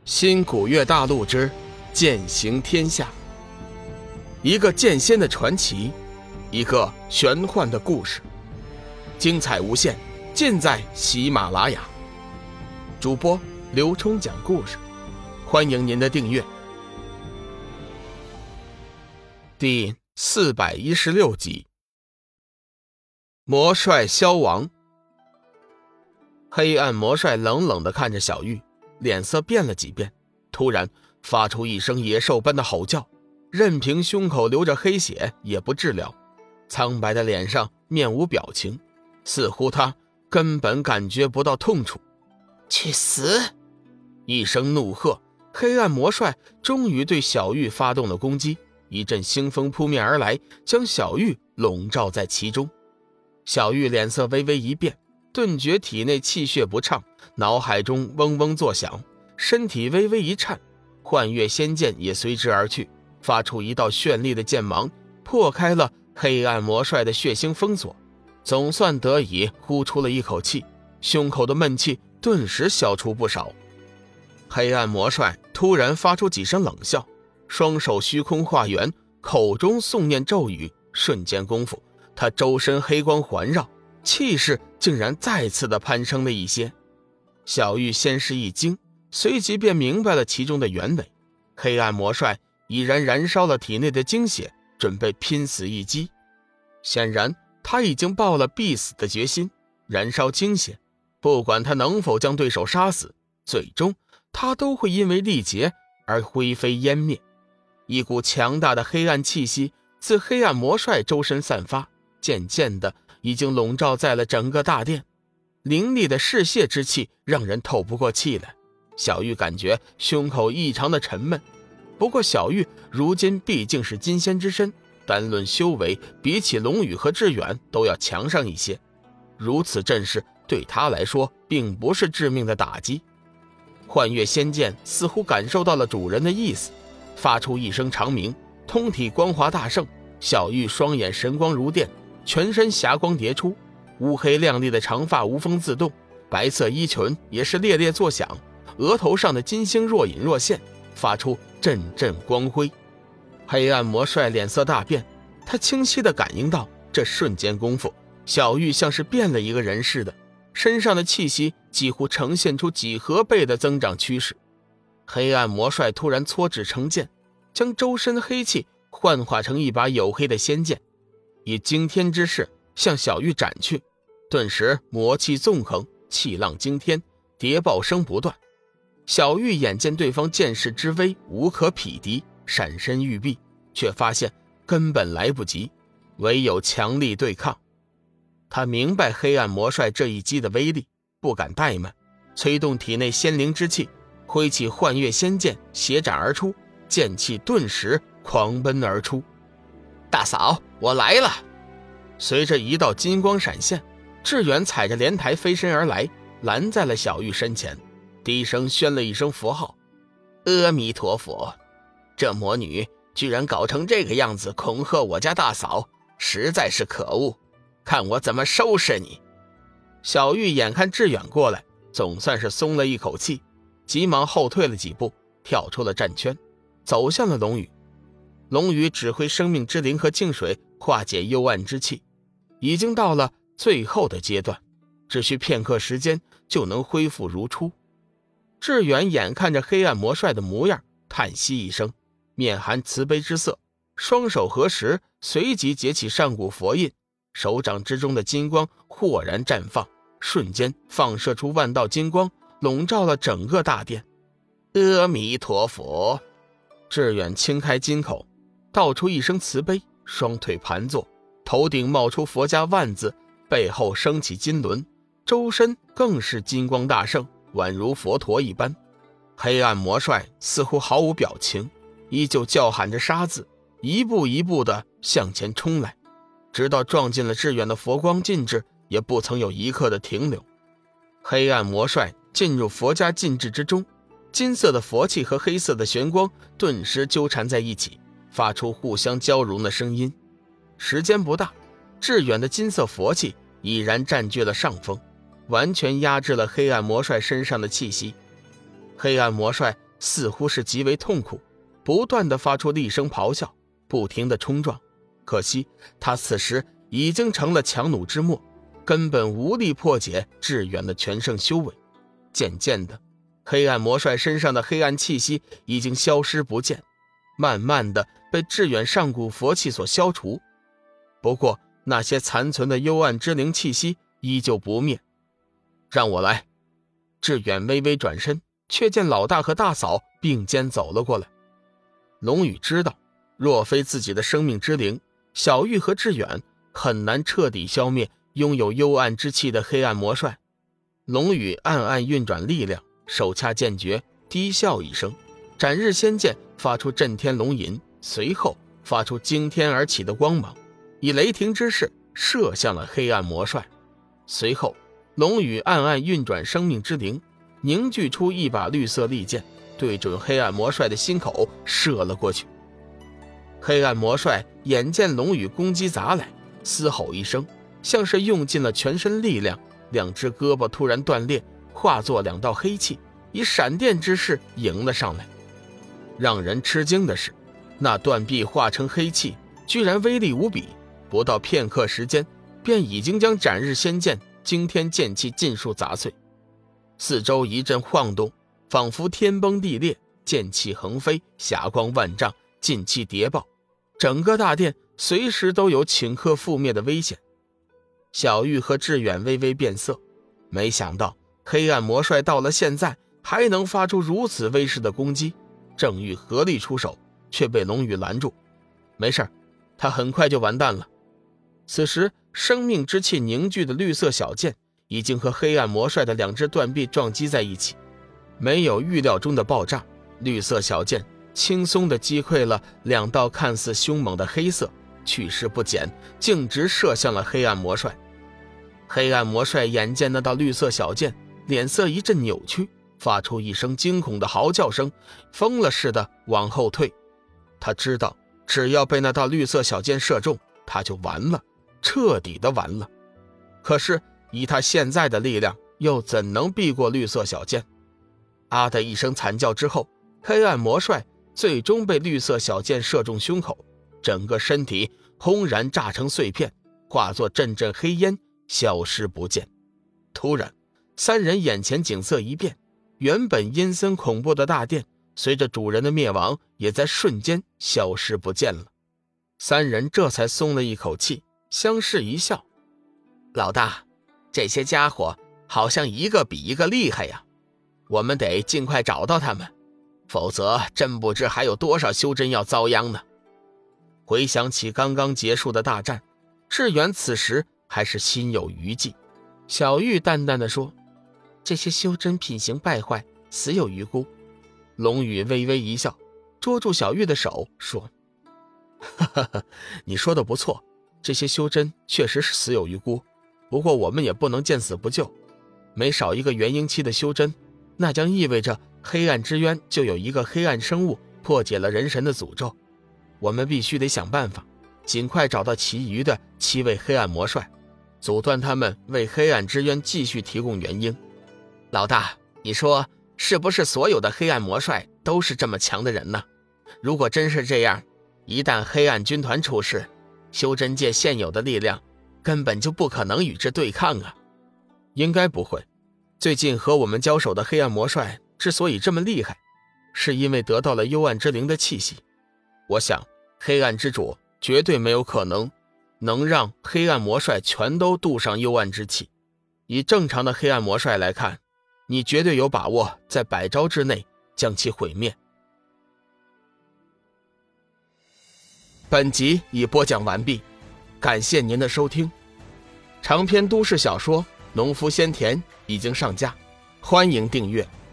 新古月大陆之剑行天下，一个剑仙的传奇，一个玄幻的故事，精彩无限，尽在喜马拉雅。主播刘冲讲故事，欢迎您的订阅。第416集，魔帅消亡。黑暗魔帅冷冷地看着小玉，脸色变了几变，突然发出一声野兽般的吼叫，任凭胸口流着黑血也不治疗，苍白的脸上面无表情，似乎他根本感觉不到痛楚。去死！一声怒喝，黑暗魔帅终于对小玉发动了攻击，一阵腥风扑面而来，将小玉笼罩在其中。小玉脸色微微一变，顿觉体内气血不畅，脑海中嗡嗡作响，身体微微一颤，幻月仙剑也随之而去，发出一道绚丽的剑芒，破开了黑暗魔帅的血腥封锁，总算得以呼出了一口气，胸口的闷气顿时消除不少。黑暗魔帅突然发出几声冷笑，双手虚空化圆，口中诵念咒语，瞬间功夫，他周身黑光环绕，气势竟然再次的攀升了一些。小玉先是一惊，随即便明白了其中的原委。黑暗魔帅已然燃烧了体内的精血，准备拼死一击。显然他已经抱了必死的决心，燃烧精血，不管他能否将对手杀死，最终他都会因为力竭而灰飞烟灭。一股强大的黑暗气息自黑暗魔帅周身散发，渐渐的已经笼罩在了整个大殿，凌厉的嗜血之气让人透不过气来。小玉感觉胸口异常的沉闷，不过小玉如今毕竟是金仙之身，单论修为比起龙宇和志远都要强上一些，如此阵势对他来说并不是致命的打击。幻月仙剑似乎感受到了主人的意思，发出一声长鸣，通体光华大盛，小玉双眼神光如电，全身霞光叠出，乌黑亮丽的长发无风自动，白色衣裙也是猎猎作响，额头上的金星若隐若现，发出阵阵光辉。黑暗魔帅脸色大变，他清晰地感应到这瞬间功夫，小玉像是变了一个人似的，身上的气息几乎呈现出几何倍的增长趋势。黑暗魔帅突然搓指成剑，将周身黑气幻化成一把黝黑的仙剑，以惊天之势向小玉斩去。顿时魔气纵横，气浪惊天，谍报声不断。小玉眼见对方剑势之威无可匹敌，闪身欲避，却发现根本来不及，唯有强力对抗。他明白黑暗魔帅这一击的威力，不敢怠慢，催动体内仙灵之气，挥起幻月仙剑斜斩而出，剑气顿时狂奔而出。大嫂，我来了！随着一道金光闪现，志远踩着莲台飞身而来，拦在了小玉身前，低声宣了一声佛号：阿弥陀佛。这魔女居然搞成这个样子恐吓我家大嫂，实在是可恶，看我怎么收拾你。小玉眼看志远过来，总算是松了一口气，急忙后退了几步，跳出了战圈，走向了龙宇。龙宇指挥生命之灵和净水化解幽暗之气，已经到了最后的阶段，只需片刻时间就能恢复如初。志远眼看着黑暗魔帅的模样，叹息一声，面含慈悲之色，双手合十，随即结起上古佛印，手掌之中的金光豁然绽放，瞬间放射出万道金光，笼罩了整个大殿。阿弥陀佛。志远轻开金口，道出一声慈悲，双腿盘坐，头顶冒出佛家万字，背后升起金轮，周身更是金光大盛，宛如佛陀一般。黑暗魔帅似乎毫无表情，依旧叫喊着杀字，一步一步地向前冲来，直到撞进了志远的佛光禁制，也不曾有一刻的停留。黑暗魔帅进入佛家禁制之中，金色的佛气和黑色的玄光顿时纠缠在一起，发出互相交融的声音。时间不大，志远的金色佛气已然占据了上风，完全压制了黑暗魔帅身上的气息。黑暗魔帅似乎是极为痛苦，不断地发出厉声咆哮，不停地冲撞。可惜他此时已经成了强弩之末，根本无力破解致远的全盛修为。渐渐的，黑暗魔帅身上的黑暗气息已经消失不见，慢慢的被致远上古佛气所消除。不过那些残存的幽暗之灵气息依旧不灭。让我来。致远微微转身，却见老大和大嫂并肩走了过来。龙宇知道，若非自己的生命之灵，小玉和致远很难彻底消灭拥有幽暗之气的黑暗魔帅。龙宇暗暗运转力量，手掐剑诀，低笑一声，斩日仙剑发出震天龙吟，随后发出惊天而起的光芒，以雷霆之势射向了黑暗魔帅。随后龙宇暗暗运转生命之灵，凝聚出一把绿色利剑，对准黑暗魔帅的心口射了过去。黑暗魔帅眼见龙宇攻击砸来，嘶吼一声，像是用尽了全身力量，两只胳膊突然断裂，化作两道黑气，以闪电之势迎了上来。让人吃惊的是，那断臂化成黑气居然威力无比，不到片刻时间便已经将斩日仙剑惊天剑气尽数砸碎。四周一阵晃动，仿佛天崩地裂，剑气横飞，霞光万丈，劲气叠爆，整个大殿随时都有顷刻覆灭的危险。小玉和致远微微变色，没想到黑暗魔帅到了现在还能发出如此威势的攻击，正欲合力出手，却被龙宇拦住。没事，他很快就完蛋了。此时生命之气凝聚的绿色小剑已经和黑暗魔帅的两只断臂撞击在一起，没有预料中的爆炸，绿色小剑轻松地击溃了两道看似凶猛的黑色，去势不减，径直射向了黑暗魔帅。黑暗魔帅眼见那道绿色小剑，脸色一阵扭曲，发出一声惊恐的嚎叫声，疯了似的往后退。他知道只要被那道绿色小剑射中，他就完了，彻底的完了。可是以他现在的力量，又怎能避过绿色小剑？啊的一声惨叫之后，黑暗魔帅最终被绿色小剑射中胸口，整个身体轰然炸成碎片，化作阵阵黑烟，消失不见。突然，三人眼前景色一变，原本阴森恐怖的大殿，随着主人的灭亡，也在瞬间消失不见了。三人这才松了一口气，相视一笑。老大，这些家伙好像一个比一个厉害呀，我们得尽快找到他们，否则真不知还有多少修真要遭殃呢。回想起刚刚结束的大战，致远此时还是心有余悸。小玉淡淡地说，这些修真品行败坏，死有余辜。龙宇微微一笑，捉住小玉的手说，哈哈，你说的不错，这些修真确实是死有余辜，不过我们也不能见死不救，每少一个元婴期的修真，那将意味着黑暗之渊就有一个黑暗生物破解了人神的诅咒。我们必须得想办法，尽快找到其余的7位黑暗魔帅，阻断他们为黑暗之渊继续提供元婴。老大，你说是不是所有的黑暗魔帅都是这么强的人呢？如果真是这样，一旦黑暗军团出事，修真界现有的力量根本就不可能与之对抗啊。应该不会，最近和我们交手的黑暗魔帅之所以这么厉害，是因为得到了幽暗之灵的气息。我想黑暗之主绝对没有可能让黑暗魔帅全都镀上幽暗之气。以正常的黑暗魔帅来看，你绝对有把握在100招之内将其毁灭。本集已播讲完毕，感谢您的收听。长篇都市小说《农夫先田》已经上架，欢迎订阅。